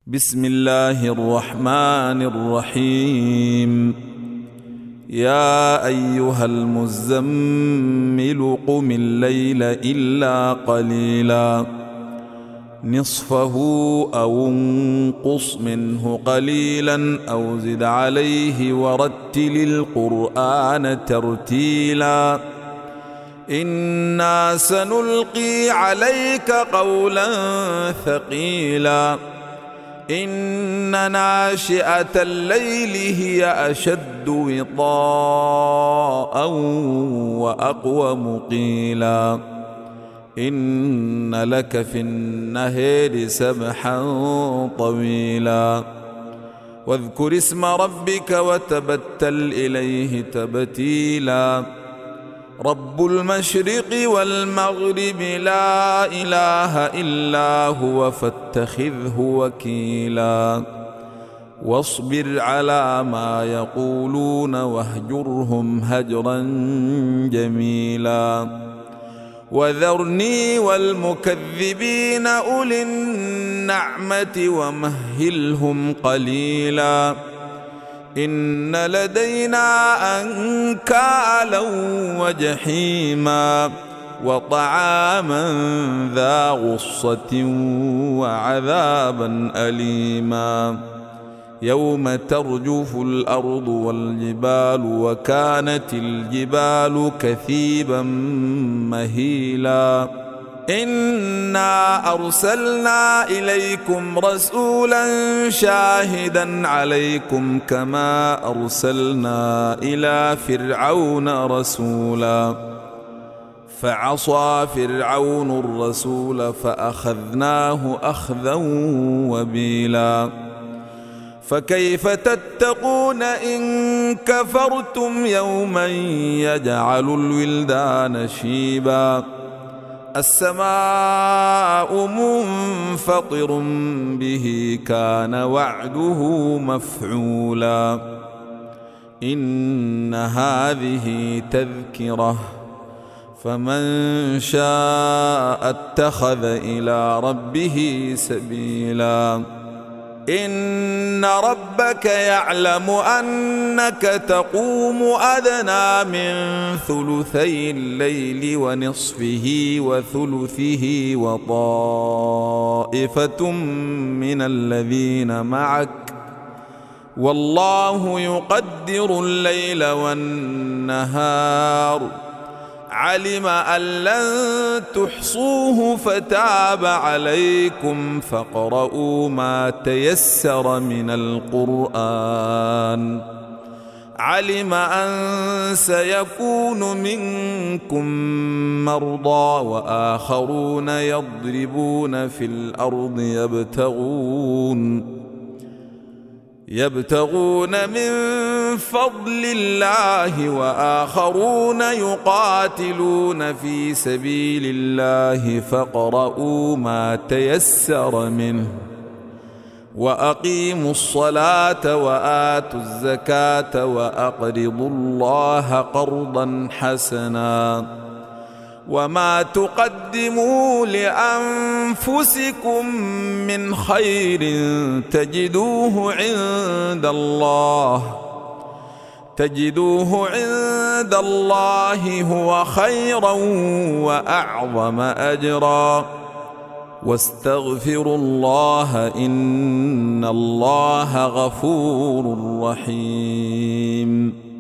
بسم الله الرحمن الرحيم. يا أيها المزمل قم الليل إلا قليلا نصفه أو انقص منه قليلا أو زد عليه ورتل القرآن ترتيلا إنا سنلقي عليك قولا ثقيلا إن ناشئة الليل هي أشد وطاء وأقوم قيلا إن لك في النهار سبحا طويلا واذكر اسم ربك وتبتل إليه تبتيلا رب المشرق والمغرب لا إله إلا هو فاتخذه وكيلا واصبر على ما يقولون واهجرهم هجرا جميلا وذرني والمكذبين أولي النعمة ومهلهم قليلا إن لدينا أنكالا وجحيما وطعاما ذا غصة وعذابا أليما يوم ترجف الأرض والجبال وكانت الجبال كثيبا مهيلا إنا أرسلنا إليكم رسولا شاهدا عليكم كما أرسلنا إلى فرعون رسولا فعصى فرعون الرسول فأخذناه أخذا وبيلا فكيف تتقون إن كفرتم يوما يجعل الولدان شيبا السماء منفطر به كان وعده مفعولا إن هذه تذكرة فمن شاء اتخذ إلى ربه سبيلا إن ربك يعلم أنك تقوم أدنى من ثلثي الليل ونصفه وثلثه وطائفة من الذين معك والله يقدر الليل والنهار علم أن لن تحصوه فتاب عليكم فاقرؤوا ما تيسر من القرآن علم أن سيكون منكم مرضى وآخرون يضربون في الأرض يبتغون من فضل الله وآخرون يقاتلون في سبيل الله فاقرؤوا ما تيسر منه وأقيموا الصلاة وآتوا الزكاة وأقرضوا الله قرضا حسنا وما تقدموا لأنفسكم من خير تجدوه عند الله هو خيرا وأعظم أجرا واستغفروا الله إن الله غفور رحيم.